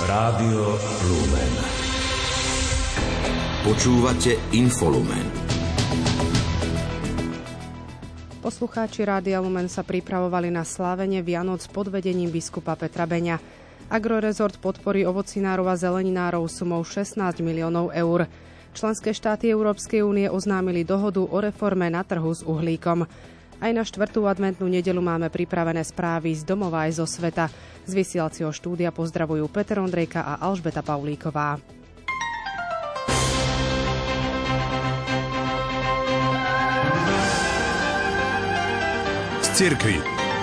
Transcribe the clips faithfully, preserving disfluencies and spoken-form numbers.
Rádio Lumen. Počúvate Infolumen. Poslucháči Rádia Lumen sa pripravovali na slávenie Vianoc pod vedením biskupa Petra Beňa. Agrorezort podporí ovocinárov a zeleninárov sumou šestnásť miliónov eur. Členské štáty Európskej únie oznámili dohodu o reforme na trhu s uhlíkom. Aj na štvrtú adventnú nedeľu máme pripravené správy z domova aj zo sveta. Z vysielacieho štúdia pozdravujú Peter Ondrejka a Alžbeta Paulíková. Z cirkvi.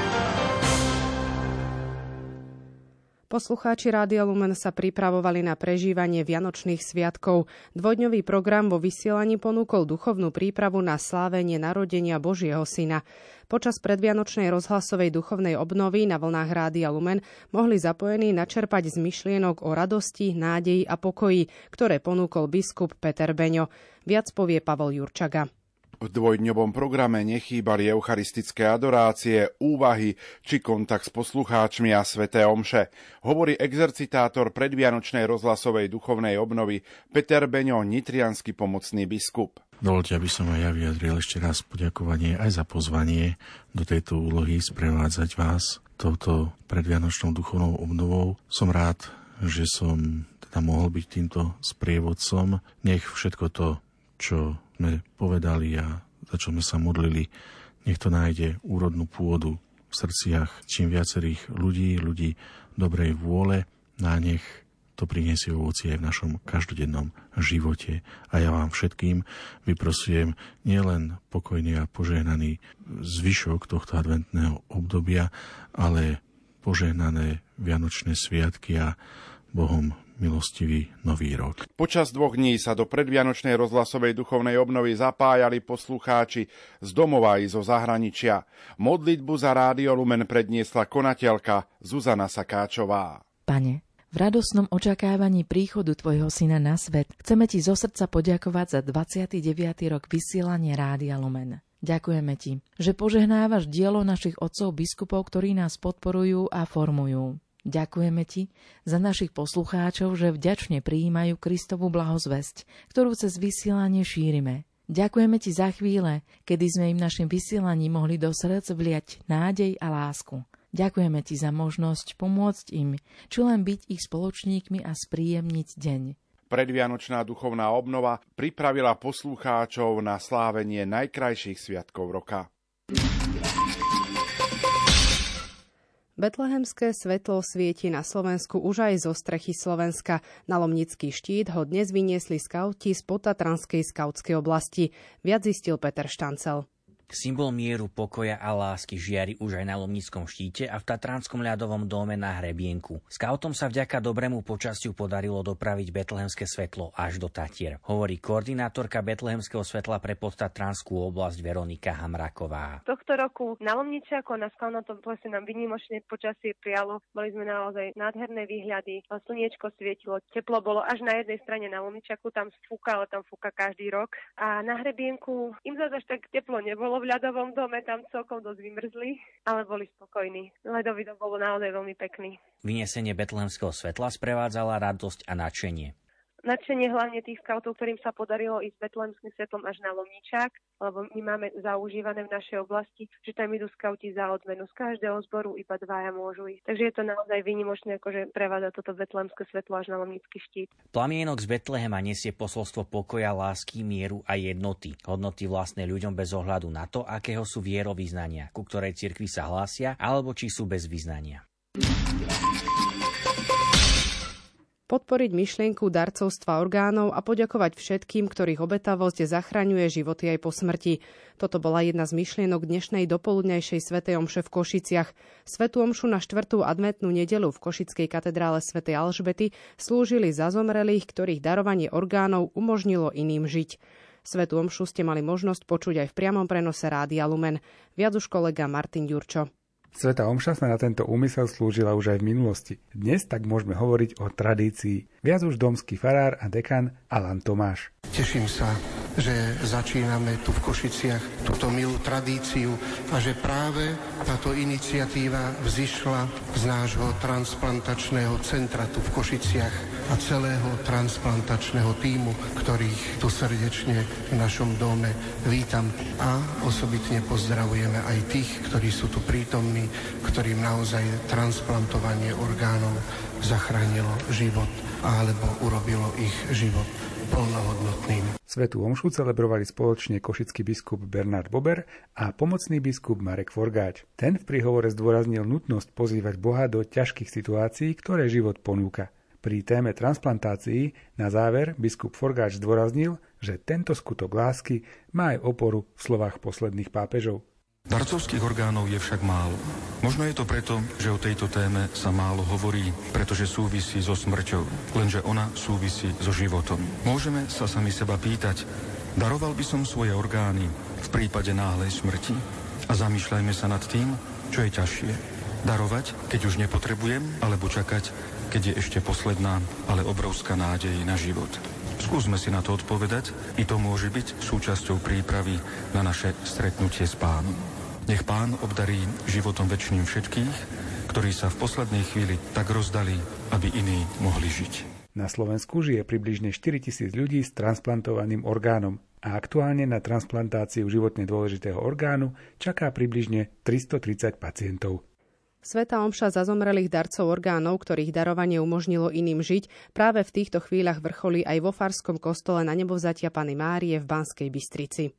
Poslucháči Rádia Lumen sa pripravovali na prežívanie vianočných sviatkov. Dvojdňový program vo vysielaní ponúkol duchovnú prípravu na slávenie narodenia Božieho syna. Počas predvianočnej rozhlasovej duchovnej obnovy na vlnách Rádia Lumen mohli zapojení načerpať z myšlienok o radosti, nádeji a pokoji, ktoré ponúkol biskup Peter Beňo. Viac povie Pavol Jurčaga. V dvojdňovom programe nechýbali eucharistické adorácie, úvahy či kontakt s poslucháčmi a sväté omše, hovorí exercitátor predvianočnej rozhlasovej duchovnej obnovy Peter Beňo, nitriansky pomocný biskup. Dovoľte, aby som aj ja vyjadril ešte raz poďakovanie aj za pozvanie do tejto úlohy sprevádzať vás touto predvianočnou duchovnou obnovou. Som rád, že som teda mohol byť týmto sprievodcom. Nech všetko to, čo sme povedali a za čo sme sa modlili, nech to nájde úrodnú pôdu v srdciach čím viacerých ľudí, ľudí dobrej vôle, a nech to priniesie ovocie aj v našom každodennom živote. A ja vám všetkým vyprosujem nielen pokojný a požehnaný zvyšok tohto adventného obdobia, ale požehnané vianočné sviatky a Bohom milostivý nový rok. Počas dvoch dní sa do predvianočnej rozhlasovej duchovnej obnovy zapájali poslucháči z domova i zo zahraničia. Modlitbu za Rádio Lumen predniesla konateľka Zuzana Sakáčová. Pane, v radosnom očakávaní príchodu Tvojho syna na svet chceme Ti zo srdca poďakovať za dvadsiaty deviaty rok vysielania Rádia Lumen. Ďakujeme Ti, že požehnávaš dielo našich otcov biskupov, ktorí nás podporujú a formujú. Ďakujeme Ti za našich poslucháčov, že vďačne prijímajú Kristovu blahozvesť, ktorú cez vysielanie šírime. Ďakujeme Ti za chvíle, kedy sme im našim vysielaním mohli do srdc vliať nádej a lásku. Ďakujeme Ti za možnosť pomôcť im, či len byť ich spoločníkmi a spríjemniť deň. Predvianočná duchovná obnova pripravila poslucháčov na slávenie najkrajších sviatkov roka. Betlehemské svetlo svieti na Slovensku už aj zo strechy Slovenska. Na Lomnický štít ho dnes vyniesli skauti z Podtatranskej skautskej oblasti. Viac zistil Peter Štancel. Symbol mieru, pokoja a lásky žiari už aj na Lomnickom štíte a v Tatranskom ľadovom dome na Hrebienku. Skautom sa vďaka dobrému počasiu podarilo dopraviť betlehemské svetlo až do Tatier, hovorí koordinátorka betlehemského svetla pre Podtatranskú oblasť Veronika Hamraková. Tohto roku na Lomničiaku na skalnatom plese nám výnimočné počasie prijalo. Boli sme naozaj nádherné výhľady, slniečko svietilo, teplo bolo až na jednej strane na Lomničiaku, tam fúka, ale tam fúka každý rok. A na Hrebienku im zase až tak teplo nebolo. V ľadovom dome tam celkom dosť vymrzli, ale boli spokojní. Ľadový dom bol naozaj veľmi pekný. Vyniesenie betlehemského svetla sprevádzala radosť a nadšenie. Nadšenie hlavne tých skautov, ktorým sa podarilo ísť betlehemským svetlom až na Lomničák, lebo my máme zaužívané v našej oblasti, že tam idú skauti za odmenu. Z každého zboru iba dvaja môžu ísť. Takže je to naozaj výnimočné, akože prevádza toto betlehemské svetlo až na Lomnický štít. Plamienok z Betlehema nesie posolstvo pokoja, lásky, mieru a jednoty. Hodnoty vlastné ľuďom bez ohľadu na to, akého sú vierovyznania, ku ktorej cirkvi sa hlásia, alebo či sú bez vyznania. Podporiť myšlienku darcovstva orgánov a poďakovať všetkým, ktorých obetavosť zachraňuje životy aj po smrti. Toto bola jedna z myšlienok dnešnej dopoludňajšej svätej omše v Košiciach. Svätú omšu na štvrtú adventnú nedeľu v Košickej katedrále svätej Alžbety slúžili za zomrelých, ktorých darovanie orgánov umožnilo iným žiť. Svätú omšu ste mali možnosť počuť aj v priamom prenose Rádia Lumen. Viac už kolega Martin Ďurčo. Svätá omša sa na tento úmysel slúžila už aj v minulosti. Dnes tak môžeme hovoriť o tradícii. Viac už domský farár a dekan Alan Tomáš. Teším sa že začíname tu v Košiciach túto milú tradíciu a že práve táto iniciatíva vzišla z nášho transplantačného centra tu v Košiciach a celého transplantačného tímu, ktorých tu srdečne v našom dome vítam. A osobitne pozdravujeme aj tých, ktorí sú tu prítomní, ktorým naozaj transplantovanie orgánov zachránilo život alebo urobilo ich život plnohodnotným. Svätú omšu celebrovali spoločne košický biskup Bernard Bober a pomocný biskup Marek Forgáč. Ten v príhovore zdôraznil nutnosť pozývať Boha do ťažkých situácií, ktoré život ponúka. Pri téme transplantácií na záver biskup Forgáč zdôraznil, že tento skutok lásky má aj oporu v slovách posledných pápežov. Darcovských orgánov je však málo. Možno je to preto, že o tejto téme sa málo hovorí, pretože súvisí so smrťou, lenže ona súvisí so životom. Môžeme sa sami seba pýtať, daroval by som svoje orgány v prípade náhlej smrti? A zamýšľajme sa nad tým, čo je ťažšie. Darovať, keď už nepotrebujem, alebo čakať, keď je ešte posledná, ale obrovská nádej na život. Skúsme si na to odpovedať, i to môže byť súčasťou prípravy na naše stretnutie s Pánom. Nech Pán obdarí životom večným všetkých, ktorí sa v poslednej chvíli tak rozdali, aby iní mohli žiť. Na Slovensku žije približne štyritisíc ľudí s transplantovaným orgánom a aktuálne na transplantáciu životne dôležitého orgánu čaká približne tristotridsať pacientov. Svätá omša za zomrelých darcov orgánov, ktorých darovanie umožnilo iným žiť, práve v týchto chvíľach vrcholí aj vo farskom kostole Na Nebovzatia Panny Márie v Banskej Bystrici.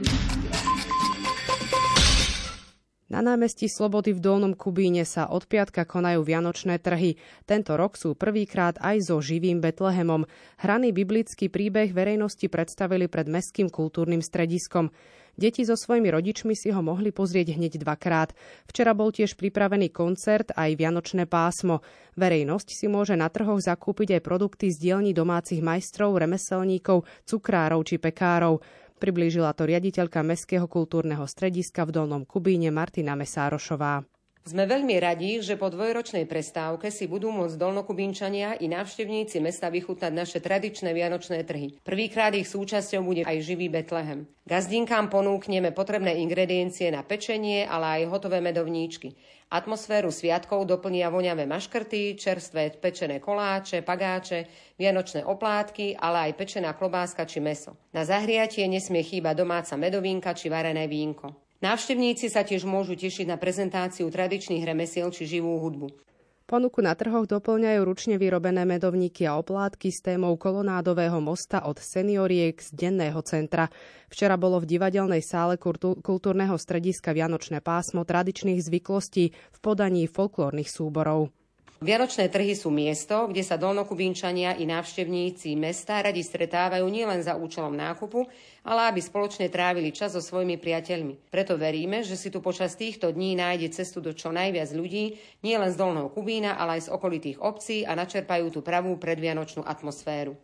Na námestí Slobody v Dolnom Kubíne sa od piatka konajú vianočné trhy. Tento rok sú prvýkrát aj so živým Betlehemom. Hraný biblický príbeh verejnosti predstavili pred mestským kultúrnym strediskom. Deti so svojimi rodičmi si ho mohli pozrieť hneď dvakrát. Včera bol tiež pripravený koncert aj vianočné pásmo. Verejnosť si môže na trhoch zakúpiť aj produkty z dielní domácich majstrov, remeselníkov, cukrárov či pekárov. Priblížila to riaditeľka Mestského kultúrneho strediska v Dolnom Kubíne Martina Mesárošová. Sme veľmi radi, že po dvojročnej prestávke si budú môcť dolnokubínčania i návštevníci mesta vychutnať naše tradičné vianočné trhy. Prvýkrát ich súčasťou bude aj živý Betlehem. Gazdinkám ponúkneme potrebné ingrediencie na pečenie, ale aj hotové medovníčky. Atmosféru sviatkov doplnia voňavé maškrty, čerstvé pečené koláče, pagáče, vianočné oplátky, ale aj pečená klobáska či mäso. Na zahriatie nesmie chýbať domáca medovínka či varené vínko. Návštevníci sa tiež môžu tešiť na prezentáciu tradičných remesiel či živú hudbu. Ponuku na trhoch doplňajú ručne vyrobené medovníky a oplátky s témou kolonádového mosta od senioriek z denného centra. Včera bolo v divadelnej sále kultúrneho strediska Vianočné pásmo tradičných zvyklostí v podaní folklórnych súborov. Vianočné trhy sú miesto, kde sa dolnokubínčania i návštevníci mesta radi stretávajú nielen za účelom nákupu, ale aby spoločne trávili čas so svojimi priateľmi. Preto veríme, že si tu počas týchto dní nájde cestu do čo najviac ľudí, nielen z Dolného Kubína, ale aj z okolitých obcí a načerpajú tú pravú predvianočnú atmosféru.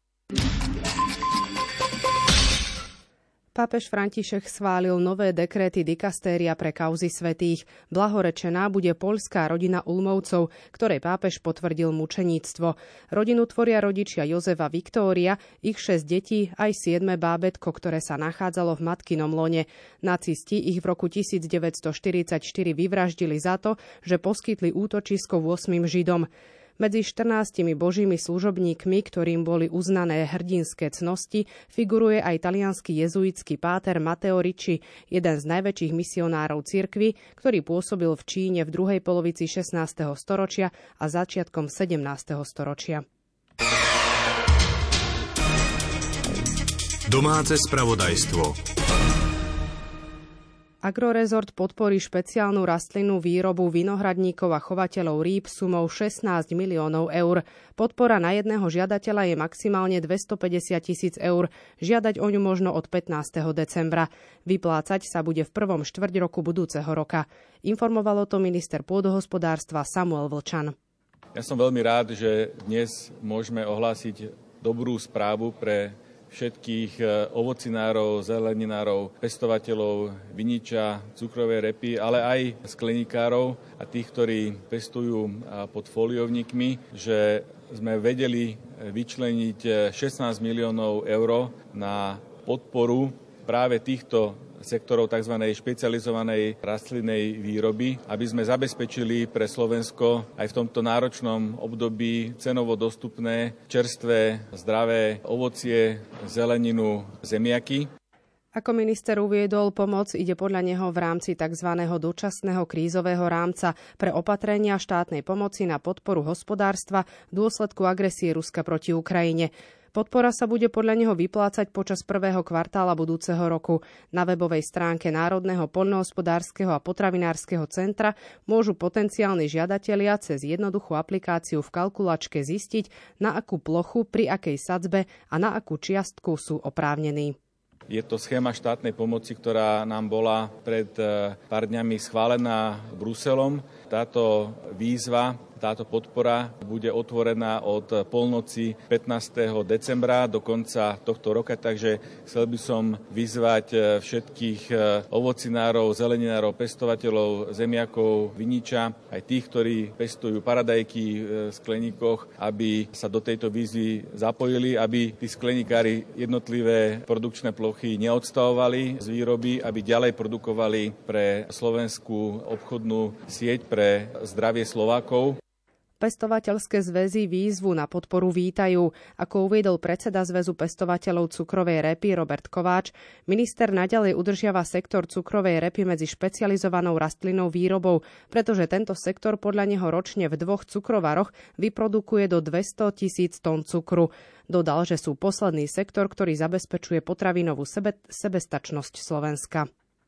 Pápež František schválil nové dekréty dikastéria pre kauzy svätých. Blahorečená bude poľská rodina Ulmovcov, ktorej pápež potvrdil mučeníctvo. Rodinu tvoria rodičia Jozefa Viktória, ich šesť detí, aj siedme bábätko, ktoré sa nachádzalo v matkinom lone. Nacisti ich v roku devätnásťstoštyridsaťštyri vyvraždili za to, že poskytli útočisko ôsmim Židom. Medzi štrnástimi božími služobníkmi, ktorým boli uznané hrdinské cnosti, figuruje aj taliansky jezuitský páter Matteo Ricci, jeden z najväčších misionárov cirkvi, ktorý pôsobil v Číne v druhej polovici šestnásteho storočia a začiatkom sedemnásteho storočia. Domáce spravodajstvo. Agrorezort podporí špeciálnu rastlinnú výrobu vinohradníkov a chovateľov rýb sumou šestnásť miliónov eur. Podpora na jedného žiadateľa je maximálne dvestopäťdesiat tisíc eur. Žiadať o ňu možno od pätnásteho decembra. Vyplácať sa bude v prvom štvrť roku budúceho roka. Informovalo to minister pôdohospodárstva Samuel Vlčan. Ja som veľmi rád, že dnes môžeme ohlásiť dobrú správu pre všetkých ovocinárov, zeleninárov, pestovateľov viniča, cukrovej repy, ale aj skleníkárov a tých, ktorí pestujú pod foliovníkmi, že sme vedeli vyčleniť šestnásť miliónov eur na podporu práve týchto sektorov tzv. Špecializovanej rastlinnej výroby, aby sme zabezpečili pre Slovensko aj v tomto náročnom období cenovo dostupné, čerstvé, zdravé ovocie, zeleninu, zemiaky. Ako minister uviedol, pomoc ide podľa neho v rámci tzv. Dočasného krízového rámca pre opatrenia štátnej pomoci na podporu hospodárstva v dôsledku agresie Ruska proti Ukrajine. Podpora sa bude podľa neho vyplácať počas prvého kvartála budúceho roku. Na webovej stránke Národného poľnohospodárskeho a potravinárskeho centra môžu potenciálni žiadatelia cez jednoduchú aplikáciu v kalkulačke zistiť, na akú plochu, pri akej sadzbe a na akú čiastku sú oprávnení. Je to schéma štátnej pomoci, ktorá nám bola pred pár dňami schválená Bruselom. Táto výzva, táto podpora bude otvorená od polnoci pätnásteho decembra do konca tohto roka, takže chcel by som vyzvať všetkých ovocinárov, zeleninárov, pestovateľov, zemiakov, viniča, aj tých, ktorí pestujú paradajky v skleníkoch, aby sa do tejto výzvy zapojili, aby tí skleníkári jednotlivé produkčné plochy neodstavovali z výroby, aby ďalej produkovali pre slovenskú obchodnú sieť pre zdravie Slovákov. Pestovateľské zväzy výzvu na podporu vítajú. Ako uviedol predseda Zväzu pestovateľov cukrovej repy Robert Kováč, minister naďalej udržiava sektor cukrovej repy medzi špecializovanou rastlinnou výrobou, pretože tento sektor podľa neho ročne v dvoch cukrovaroch vyprodukuje do dvesto tisíc tón cukru. Dodal, že sú posledný sektor, ktorý zabezpečuje potravinovú sebe- sebestačnosť Slovenska.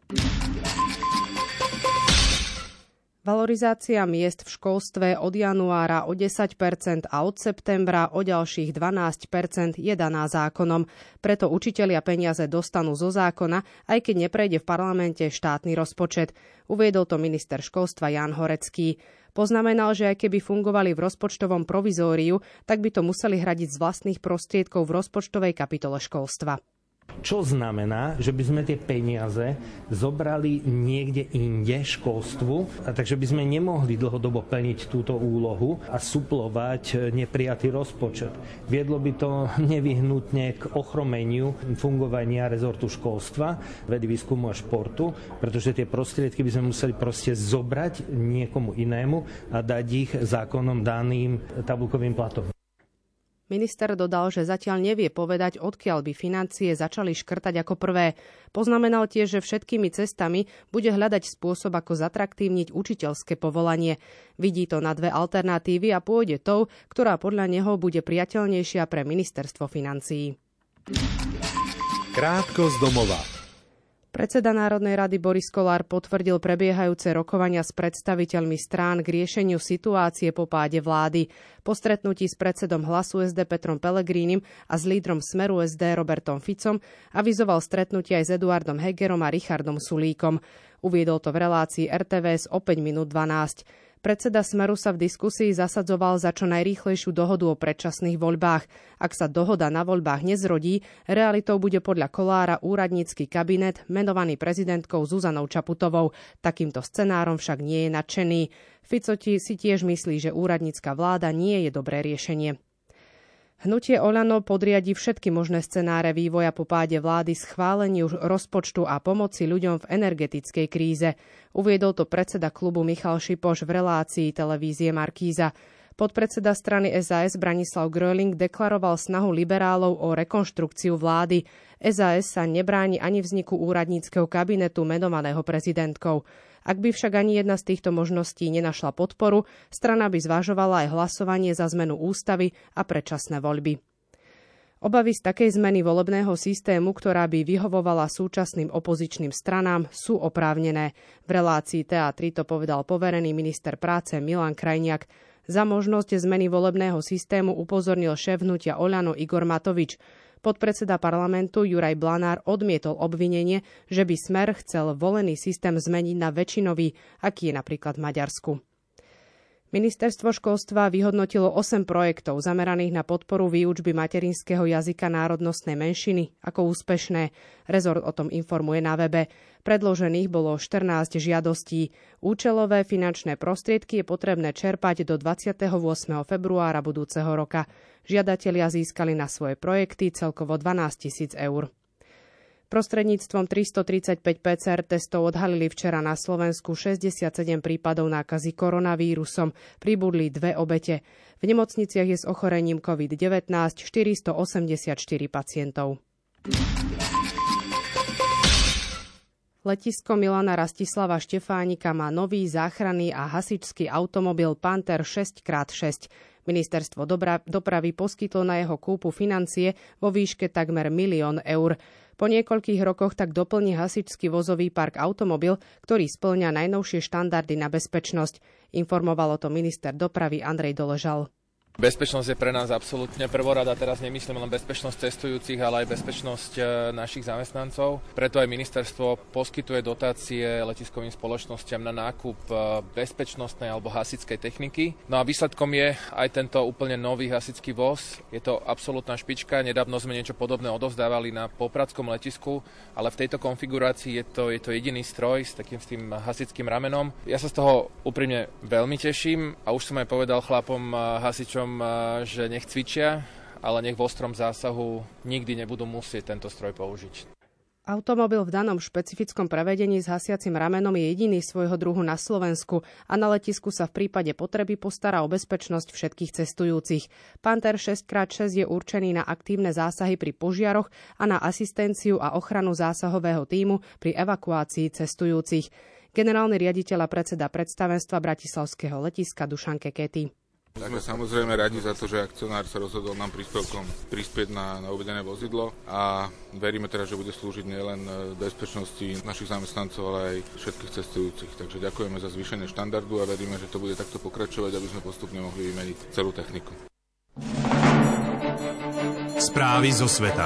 Valorizácia miest v školstve od januára o desať percent a od septembra o ďalších dvanásť percent je daná zákonom. Preto učitelia peniaze dostanú zo zákona, aj keď neprejde v parlamente štátny rozpočet. Uviedol to minister školstva Ján Horecký. Poznamenal, že aj keby fungovali v rozpočtovom provizóriu, tak by to museli hradiť z vlastných prostriedkov v rozpočtovej kapitole školstva. Čo znamená, že by sme tie peniaze zobrali niekde inde školstvu, a takže by sme nemohli dlhodobo plniť túto úlohu a suplovať neprijatý rozpočet. Viedlo by to nevyhnutne k ochromeniu fungovania rezortu školstva, vedy, výskumu a športu, pretože tie prostriedky by sme museli proste zobrať niekomu inému a dať ich zákonom daným tabuľkovým platom. Minister dodal, že zatiaľ nevie povedať, odkiaľ by financie začali škrtať ako prvé. Poznamenal tiež, že všetkými cestami bude hľadať spôsob, ako zatraktívniť učiteľské povolanie. Vidí to na dve alternatívy a pôjde tou, ktorá podľa neho bude priateľnejšia pre ministerstvo financií. Krátko z domova. Predseda Národnej rady Boris Kollár potvrdil prebiehajúce rokovania s predstaviteľmi strán k riešeniu situácie po páde vlády. Po stretnutí s predsedom Hlasu es dé Petrom Pellegrínim a s lídrom Smeru es dé Robertom Ficom avizoval stretnutie aj s Eduardom Hegerom a Richardom Sulíkom. Uviedol to v relácii er té vé es o päť minút dvanásť. Predseda Smeru sa v diskusii zasadzoval za čo najrýchlejšiu dohodu o predčasných voľbách. Ak sa dohoda na voľbách nezrodí, realitou bude podľa Kollára úradnícky kabinet menovaný prezidentkou Zuzanou Čaputovou. Takýmto scenárom však nie je nadšený. Fico si tiež myslí, že úradnícka vláda nie je dobré riešenie. Hnutie Oľano podriadi všetky možné scenáre vývoja po páde vlády schváleniu rozpočtu a pomoci ľuďom v energetickej kríze. Uviedol to predseda klubu Michal Šipoš v relácii televízie Markíza. Podpredseda strany es a es Branislav Gröling deklaroval snahu liberálov o rekonštrukciu vlády. es a es sa nebráni ani vzniku úradníckeho kabinetu menovaného prezidentkou. Ak by však ani jedna z týchto možností nenašla podporu, strana by zvažovala aj hlasovanie za zmenu ústavy a predčasné voľby. Obavy z takej zmeny volebného systému, ktorá by vyhovovala súčasným opozičným stranám, sú oprávnené. V relácii té á tri to povedal poverený minister práce Milan Krajniak. Za možnosť zmeny volebného systému upozornil šéf hnutia Oľano Igor Matovič. Podpredseda parlamentu Juraj Blanár odmietol obvinenie, že by Smer chcel volený systém zmeniť na väčšinový, aký je napríklad v Maďarsku. Ministerstvo školstva vyhodnotilo osem projektov zameraných na podporu výučby materinského jazyka národnostnej menšiny ako úspešné. Rezort o tom informuje na webe. Predložených bolo štrnásť žiadostí. Účelové finančné prostriedky je potrebné čerpať do dvadsiateho ôsmeho februára budúceho roka. Žiadatelia získali na svoje projekty celkovo dvanásť tisíc eur. Prostredníctvom tristotridsaťpäť pé cé er testov odhalili včera na Slovensku šesťdesiatsedem prípadov nákazy koronavírusom. Pribudli dve obete. V nemocniciach je s ochorením covid devätnásť štyristoosemdesiatštyri pacientov. Letisko Milana Rastislava Štefánika má nový záchranný a hasičský automobil Panther šesť krát šesť. Ministerstvo dopravy poskytlo na jeho kúpu financie vo výške takmer milión eur. Po niekoľkých rokoch tak doplní hasičský vozový park automobil, ktorý spĺňa najnovšie štandardy na bezpečnosť. Informoval o tom minister dopravy Andrej Doležal. Bezpečnosť je pre nás absolútne prvorada. Teraz nemyslím len bezpečnosť cestujúcich, ale aj bezpečnosť našich zamestnancov. Preto aj ministerstvo poskytuje dotácie letiskovým spoločnostiam na nákup bezpečnostnej alebo hasičskej techniky. No a výsledkom je aj tento úplne nový hasičský voz. Je to absolútna špička. Nedávno sme niečo podobné odovzdávali na popradskom letisku, ale v tejto konfigurácii je to, je to jediný stroj s takým s tým hasičským ramenom. Ja sa z toho úprimne veľmi teším a už som aj povedal chlapom hasičom, že nech cvičia, ale nech v ostrom zásahu nikdy nebudú musieť tento stroj použiť. Automobil v danom špecifickom prevedení s hasiacim ramenom je jediný svojho druhu na Slovensku a na letisku sa v prípade potreby postará o bezpečnosť všetkých cestujúcich. Panther šesť krát šesť je určený na aktívne zásahy pri požiaroch a na asistenciu a ochranu zásahového tímu pri evakuácii cestujúcich. Generálny riaditeľ a predseda predstavenstva bratislavského letiska Dušan Kekety. Sme samozrejme radi za to, že akcionár sa rozhodol nám príspevkom prispieť na, na uvedené vozidlo a veríme teraz, že bude slúžiť nielen bezpečnosti našich zamestnancov, ale aj všetkých cestujúcich. Takže ďakujeme za zvýšenie štandardu a veríme, že to bude takto pokračovať, aby sme postupne mohli vymeniť celú techniku. Správy zo sveta.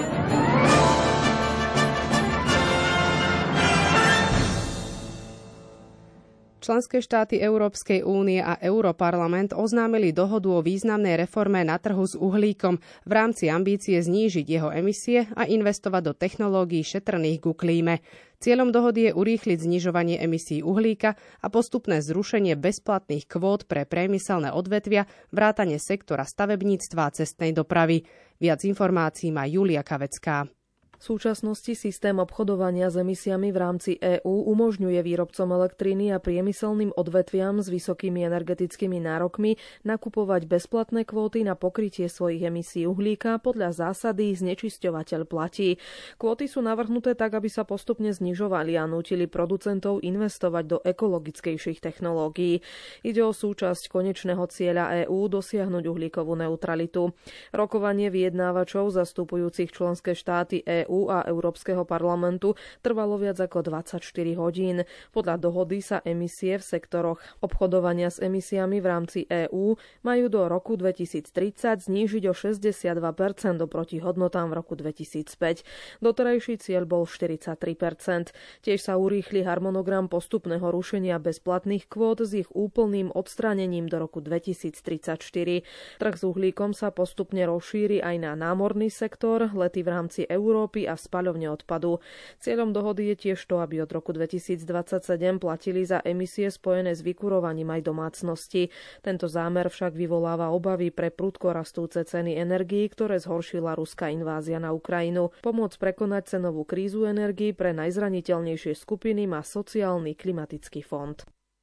Členské štáty Európskej únie a Europarlament oznámili dohodu o významnej reforme na trhu s uhlíkom v rámci ambície znížiť jeho emisie a investovať do technológií šetrných ku klíme. Cieľom dohody je urýchliť znižovanie emisí uhlíka a postupné zrušenie bezplatných kvót pre priemyselné odvetvia, vrátane sektora stavebníctva a cestnej dopravy. Viac informácií má Julia Kavecká. V súčasnosti systém obchodovania s emisiami v rámci EÚ umožňuje výrobcom elektriny a priemyselným odvetviam s vysokými energetickými nárokmi nakupovať bezplatné kvóty na pokrytie svojich emisí uhlíka podľa zásady znečisťovateľ platí. Kvóty sú navrhnuté tak, aby sa postupne znižovali a nútili producentov investovať do ekologickejších technológií. Ide o súčasť konečného cieľa EÚ dosiahnuť uhlíkovú neutralitu. Rokovanie vyjednávačov zastupujúcich členské štáty EÚ EÚ a Európskeho parlamentu trvalo viac ako dvadsaťštyri hodín. Podľa dohody sa emisie v sektoroch obchodovania s emisiami v rámci EÚ majú do roku dvetisíctridsať znížiť o šesťdesiatdva percent oproti hodnotám v roku dvetisícpäť. Doterajší cieľ bol štyridsaťtri percent. Tiež sa urýchli harmonogram postupného rušenia bezplatných kvót s ich úplným odstránením do roku dvetisíctridsaťštyri. Trh s uhlíkom sa postupne rozšíri aj na námorný sektor, lety v rámci Európy a spaľovne odpadu. Cieľom dohody je tiež to, aby od roku dvetisícdvadsaťsedem platili za emisie spojené s vykurovaním aj domácnosti. Tento zámer však vyvoláva obavy pre prudko rastúce ceny energií, ktoré zhoršila ruská invázia na Ukrajinu. Pomôcť prekonať cenovú krízu energií pre najzraniteľnejšie skupiny má sociálny klimatický fond.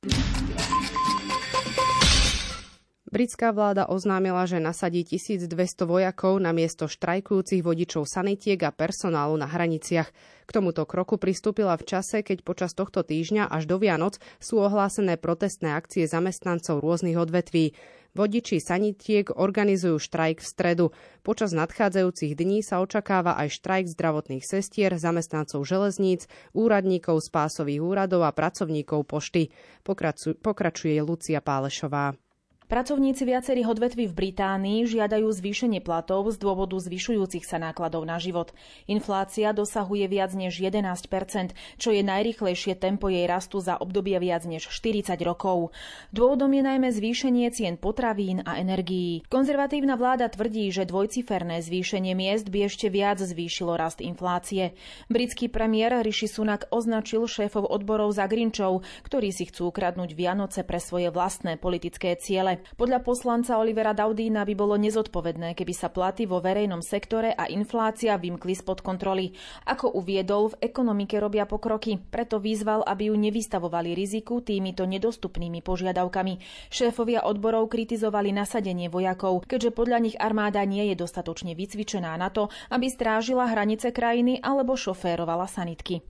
Britská vláda oznámila, že nasadí tisícdvesto vojakov na miesto štrajkujúcich vodičov sanitiek a personálu na hraniciach. K tomuto kroku pristúpila v čase, keď počas tohto týždňa až do Vianoc sú ohlásené protestné akcie zamestnancov rôznych odvetví. Vodiči sanitiek organizujú štrajk v stredu. Počas nadchádzajúcich dní sa očakáva aj štrajk zdravotných sestier, zamestnancov železníc, úradníkov z pásových úradov a pracovníkov pošty. Pokračuje Lucia Pálešová. Pracovníci viacerých odvetví v Británii žiadajú zvýšenie platov z dôvodu zvyšujúcich sa nákladov na život. Inflácia dosahuje viac než jedenásť percent, čo je najrýchlejšie tempo jej rastu za obdobie viac než štyridsať rokov. Dôvodom je najmä zvýšenie cien potravín a energií. Konzervatívna vláda tvrdí, že dvojciferné zvýšenie miest by ešte viac zvýšilo rast inflácie. Britský premiér Rishi Sunak označil šéfov odborov za Grinčov, ktorí si chcú ukradnúť Vianoce pre svoje vlastné politické ciele. Podľa poslanca Olivera Daudína by bolo nezodpovedné, keby sa platy vo verejnom sektore a inflácia vymkli spod kontroly. Ako uviedol, v ekonomike robia pokroky, preto vyzval, aby ju nevystavovali riziku týmito nedostupnými požiadavkami. Šéfovia odborov kritizovali nasadenie vojakov, keďže podľa nich armáda nie je dostatočne vycvičená na to, aby strážila hranice krajiny alebo šoférovala sanitky.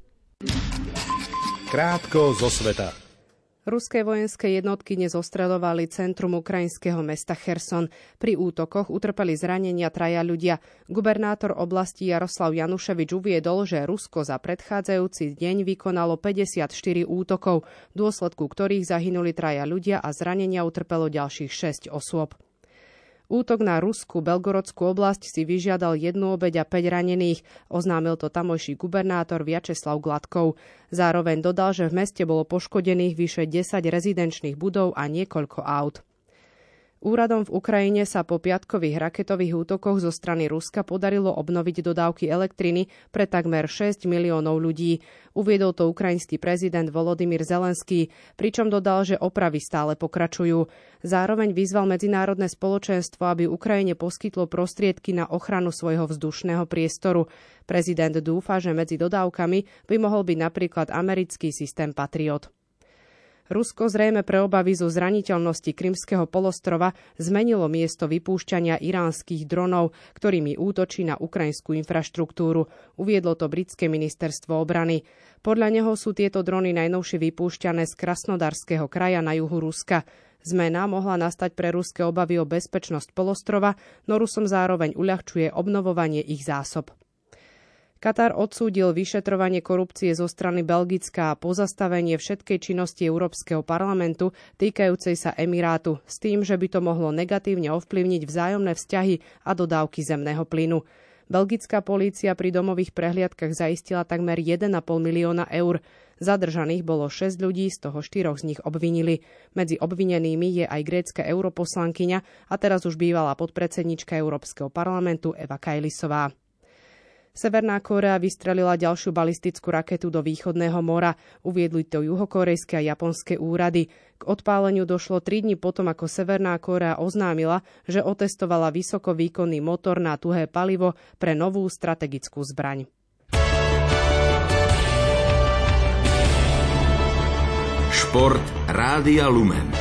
Krátko zo sveta. Ruské vojenské jednotky dnes ostreľovali centrum ukrajinského mesta Cherson. Pri útokoch utrpeli zranenia traja ľudia. Gubernátor oblasti Jaroslav Januševič uviedol, že Rusko za predchádzajúci deň vykonalo päťdesiatštyri útokov, v dôsledku ktorých zahynuli traja ľudia a zranenia utrpelo ďalších šesť osôb. Útok na ruskú Belgorodskú oblasť si vyžiadal jednu obeť a päť ranených, oznámil to tamojší gubernátor Vyacheslav Gladkov. Zároveň dodal, že v meste bolo poškodených vyše desať rezidenčných budov a niekoľko aut. Úradom v Ukrajine sa po piatkových raketových útokoch zo strany Ruska podarilo obnoviť dodávky elektriny pre takmer šesť miliónov ľudí. Uviedol to ukrajinský prezident Volodymyr Zelenský, pričom dodal, že opravy stále pokračujú. Zároveň vyzval medzinárodné spoločenstvo, aby Ukrajine poskytlo prostriedky na ochranu svojho vzdušného priestoru. Prezident dúfa, že medzi dodávkami by mohol byť napríklad americký systém Patriot. Rusko zrejme pre obavy zo zraniteľnosti Krymského polostrova zmenilo miesto vypúšťania iránskych dronov, ktorými útočí na ukrajinskú infraštruktúru. Uviedlo to britské ministerstvo obrany. Podľa neho sú tieto drony najnovšie vypúšťané z Krasnodarského kraja na juhu Ruska. Zmena mohla nastať pre ruské obavy o bezpečnosť polostrova, no Rusom zároveň uľahčuje obnovovanie ich zásob. Katar odsúdil vyšetrovanie korupcie zo strany Belgicka a pozastavenie všetkej činnosti Európskeho parlamentu týkajúcej sa Emirátu s tým, že by to mohlo negatívne ovplyvniť vzájomné vzťahy a dodávky zemného plynu. Belgická polícia pri domových prehliadkach zaistila takmer jeden a pol milióna eur. Zadržaných bolo šesť ľudí, z toho štyroch z nich obvinili. Medzi obvinenými je aj grécka europoslankyňa a teraz už bývalá podpredsednička Európskeho parlamentu Eva Kajlisová. Severná Kórea vystrelila ďalšiu balistickú raketu do východného mora. Uviedli to juhokorejské a japonské úrady. K odpáleniu došlo tri dni potom, ako Severná Kórea oznámila, že otestovala vysokovýkonný motor na tuhé palivo pre novú strategickú zbraň. Šport Rádia Lumen.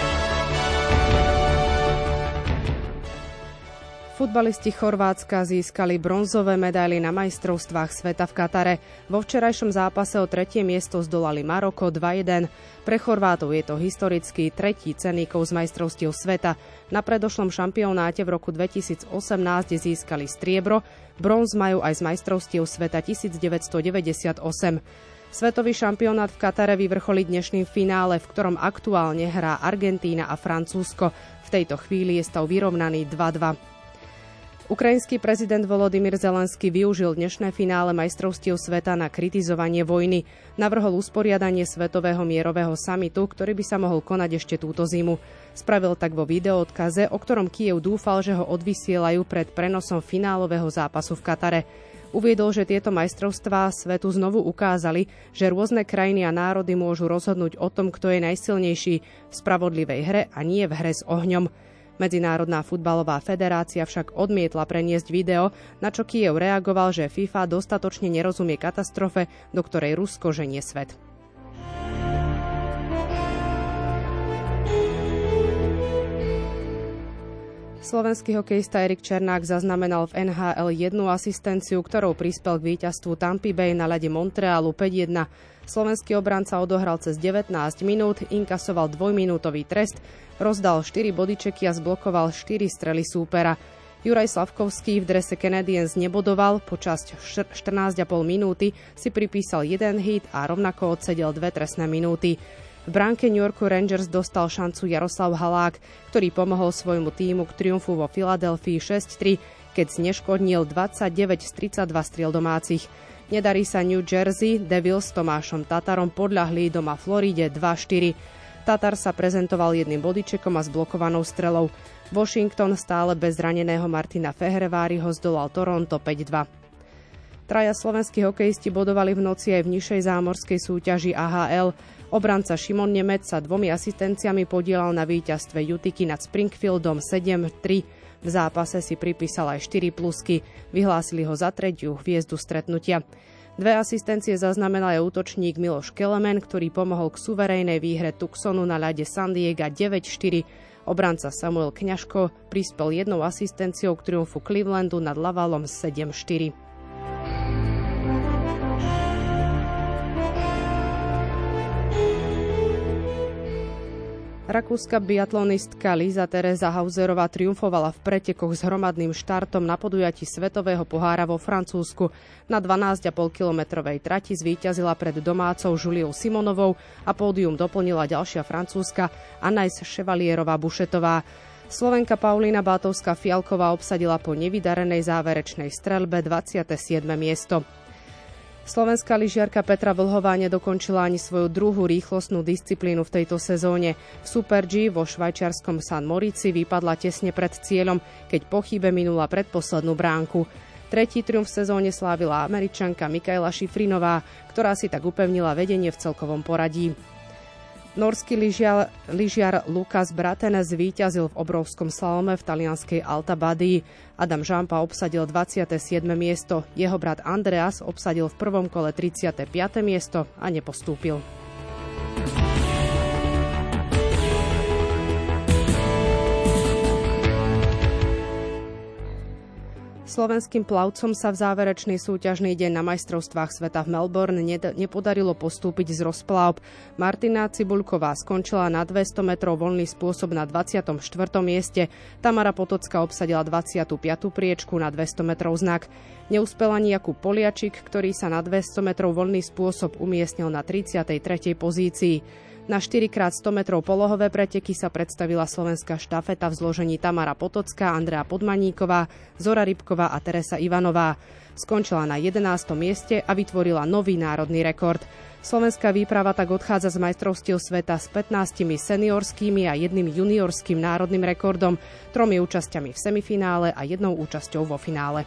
Futbalisti Chorvátska získali bronzové medaily na majstrovstvách sveta v Katare. Vo včerajšom zápase o tretie miesto zdolali Maroko dva jeden. Pre Chorvátov je to historický tretí cenníkov z majstrovstiev sveta. Na predošlom šampionáte v roku dvetisícosemnásť získali striebro, bronz majú aj z majstrovstiev sveta devätnásťstodeväťdesiatosem. Svetový šampionát v Katare vyvrcholí dnešným finále, v ktorom aktuálne hrá Argentína a Francúzsko. V tejto chvíli je stav vyrovnaný dva dva. Ukrajinský prezident Volodymyr Zelenský využil dnešné finále majstrovstiev sveta na kritizovanie vojny. Navrhol usporiadanie svetového mierového samitu, ktorý by sa mohol konať ešte túto zimu. Spravil tak vo videoodkaze, o ktorom Kyjev dúfal, že ho odvysielajú pred prenosom finálového zápasu v Katare. Uviedol, že tieto majstrovstvá svetu znovu ukázali, že rôzne krajiny a národy môžu rozhodnúť o tom, kto je najsilnejší v spravodlivej hre a nie v hre s ohňom. Medzinárodná futbalová federácia však odmietla preniesť video, na čo Kyjev reagoval, že FIFA dostatočne nerozumie katastrofe, do ktorej Rusko ženie svet. Slovenský hokejista Erik Černák zaznamenal v en há el jednu asistenciu, ktorou prispel k víťazstvu Tampy Bay na ľade Montrealu päť jedna. Slovenský obranca odohral cez devätnásť minút, inkasoval dvojminútový trest, rozdal štyri bodyčeky a zblokoval štyri strely súpera. Juraj Slavkovský v drese Canadiens nebodoval, počas štrnásť a pol minúty si pripísal jeden hit a rovnako odsedel dve trestné minúty. V bránke New Yorku Rangers dostal šancu Jaroslav Halák, ktorý pomohol svojmu tímu k triumfu vo Filadelfii šesť tri, keď zneškodnil dvadsaťdeväť z tridsaťdva striel domácich. Nedarí sa New Jersey, Devils s Tomášom Tatarom podľahli doma Floride dva štyri. Tatar sa prezentoval jedným bodyčekom a zblokovanou strelou. Washington stále bez zraneného Martina Fehreváriho zdolal Toronto päť dva. Traja slovenskí hokejisti bodovali v noci aj v nižšej zámorskej súťaži á há el. Obranca Šimon Nemec sa dvomi asistenciami podielal na víťazstve Utiky nad Springfieldom sedem tri. V zápase si pripísal aj štyri plusky. Vyhlásili ho za tretiu hviezdu stretnutia. Dve asistencie zaznamenal aj útočník Miloš Kelemen, ktorý pomohol k suverejnej výhre Tucsonu na ľade San Diega deväť štyri. Obranca Samuel Kňažko prispel jednou asistenciou k triumfu Clevelandu nad Lavalom sedem štyri. Rakúska biatlonistka Líza Teresa Hauserová triumfovala v pretekoch s hromadným štartom na podujatí Svetového pohára vo Francúzsku. Na dvanásť a pol kilometrovej trati zvíťazila pred domácou Juliou Simonovou a pódium doplnila ďalšia francúzska Anais Chevalierová-Bušetová. Slovenka Paulína Bátovská-Fialková obsadila po nevydarenej záverečnej streľbe dvadsiate siedme miesto. Slovenská lyžiarka Petra Vlhová nedokončila ani svoju druhú rýchlostnú disciplínu v tejto sezóne. V Super G vo švajčiarskom San Moritzi vypadla tesne pred cieľom, keď po chybe minula predposlednú bránku. Tretí triumf v sezóne slávila Američanka Mikaela Šifrinová, ktorá si tak upevnila vedenie v celkovom poradí. Norský lyžiar, lyžiar Lukas Bratenes zvíťazil v obrovskom slalome v talianskej Alta Badii. Adam Žampa obsadil dvadsiate siedme miesto, jeho brat Andreas obsadil v prvom kole tridsiate piate miesto a nepostúpil. Slovenským plavcom sa v záverečný súťažný deň na majstrovstvách sveta v Melbourne nepodarilo postúpiť z rozpláv. Martina Cibuľková skončila na dvesto metrov voľný spôsob na dvadsiatom štvrtom mieste. Tamara Potocká obsadila dvadsiatu piatu priečku na dvesto metrov znak. Neúspel ani Jakub Poliačik, ktorý sa na dvesto metrov voľný spôsob umiestnil na tridsiatej tretej pozícii. Na štyri krát sto metrov polohové preteky sa predstavila slovenská štafeta v zložení Tamara Potocká, Andrea Podmaníková, Zora Rybková a Teresa Ivanová. Skončila na jedenástom mieste a vytvorila nový národný rekord. Slovenská výprava tak odchádza z majstrovstiev sveta s pätnástimi seniorskými a jedným juniorským národným rekordom, tromi účasťami v semifinále a jednou účasťou vo finále.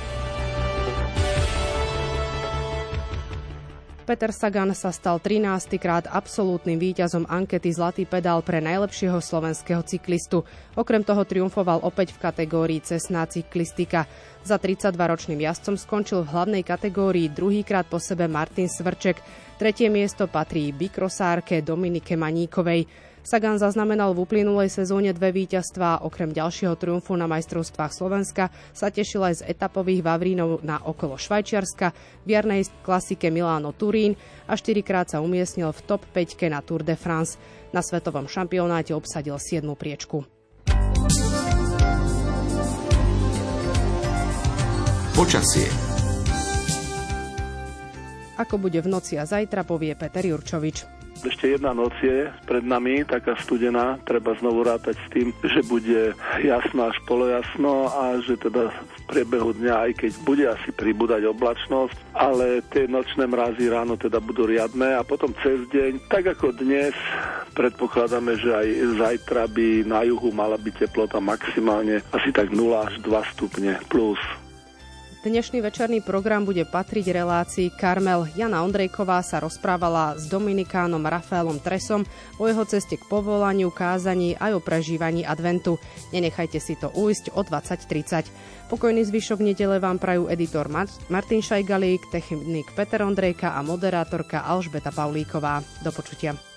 Peter Sagan sa stal trinástykrát absolútnym víťazom ankety Zlatý pedál pre najlepšieho slovenského cyklistu. Okrem toho triumfoval opäť v kategórii cestná cyklistika. Za tridsaťdvaročným jazdcom skončil v hlavnej kategórii druhýkrát po sebe Martin Svrček. Tretie miesto patrí bikrosárke Dominike Maníkovej. Sagan zaznamenal v uplynulej sezóne dve víťazstvá. Okrem ďalšieho triumfu na majstrovstvách Slovenska sa tešil aj z etapových Vavrínov na okolo Švajčiarska, v jarnej klasike Milano Turín a štyrikrát sa umiestnil v top päťke na Tour de France. Na svetovom šampionáte obsadil siedmu priečku. Počasie. Ako bude v noci a zajtra, povie Peter Jurčovič. Ešte jedna noc je pred nami, taká studená, treba znovu rátať s tým, že bude jasno až polojasno a že teda v priebehu dňa, aj keď bude asi pribúdať oblačnosť, ale tie nočné mrazy ráno teda budú riadne a potom cez deň, tak ako dnes, predpokladáme, že aj zajtra by na juhu mala byť teplota maximálne asi tak nula až dva stupne plus. Dnešný večerný program bude patriť relácii Karmel. Jana Ondrejková sa rozprávala s dominikánom Rafaelom Tresom o jeho ceste k povolaniu, kázaní aj o prežívaní adventu. Nenechajte si to ujsť o dvadsať tridsať. Pokojný zvyšok nedele vám prajú editor Martin Šajgalík, technik Peter Ondrejka a moderátorka Alžbeta Paulíková. Do počutia.